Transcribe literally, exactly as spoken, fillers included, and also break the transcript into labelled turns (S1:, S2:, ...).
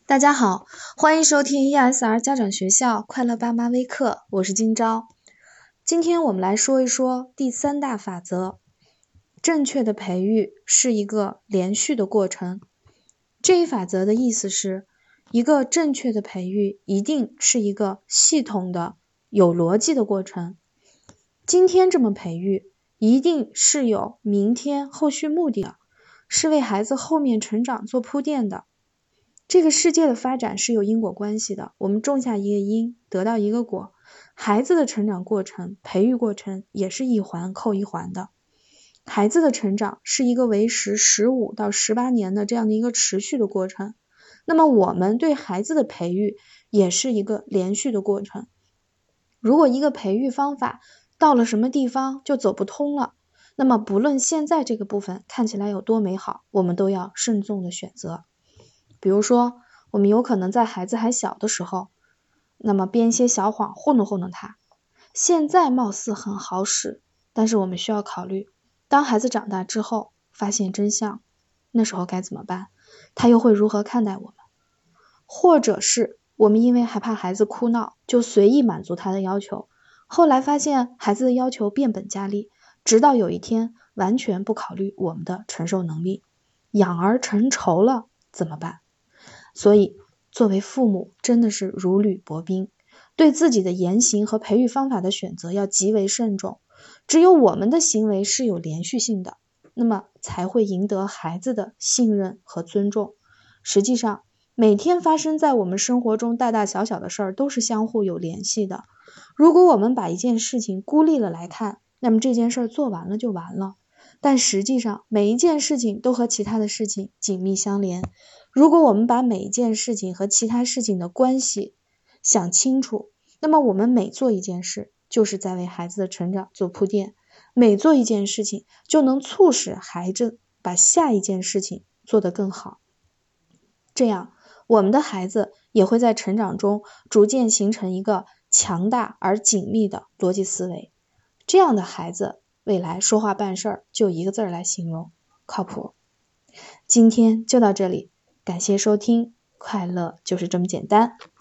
S1: 大家好，欢迎收听 E S R 家长学校快乐爸妈微课，我是今朝。今天我们来说一说第三大法则，正确的培育是一个连续的过程。这一法则的意思是，一个正确的培育一定是一个系统的、有逻辑的过程。今天这么培育，一定是有明天后续目的的，是为孩子后面成长做铺垫的。这个世界的发展是有因果关系的，我们种下一个因，得到一个果。孩子的成长过程、培育过程也是一环扣一环的。孩子的成长是一个为时十五到十八年的这样的一个持续的过程。那么我们对孩子的培育也是一个连续的过程。如果一个培育方法到了什么地方就走不通了，那么不论现在这个部分看起来有多美好，我们都要慎重的选择。比如说，我们有可能在孩子还小的时候，那么编一些小谎糊弄糊弄他。现在貌似很好使，但是我们需要考虑，当孩子长大之后，发现真相，那时候该怎么办？他又会如何看待我们？或者是我们因为害怕孩子哭闹，就随意满足他的要求，后来发现孩子的要求变本加厉，直到有一天完全不考虑我们的承受能力，养儿成仇了，怎么办？所以作为父母真的是如履薄冰，对自己的言行和培育方法的选择要极为慎重。只有我们的行为是有连续性的，那么才会赢得孩子的信任和尊重。实际上每天发生在我们生活中大大小小的事儿都是相互有联系的。如果我们把一件事情孤立了来看，那么这件事做完了就完了。但实际上每一件事情都和其他的事情紧密相连。如果我们把每一件事情和其他事情的关系想清楚，那么我们每做一件事就是在为孩子的成长做铺垫，每做一件事情就能促使孩子把下一件事情做得更好。这样我们的孩子也会在成长中逐渐形成一个强大而紧密的逻辑思维。这样的孩子未来说话办事儿就一个字来形容，靠谱。今天就到这里，感谢收听，快乐就是这么简单。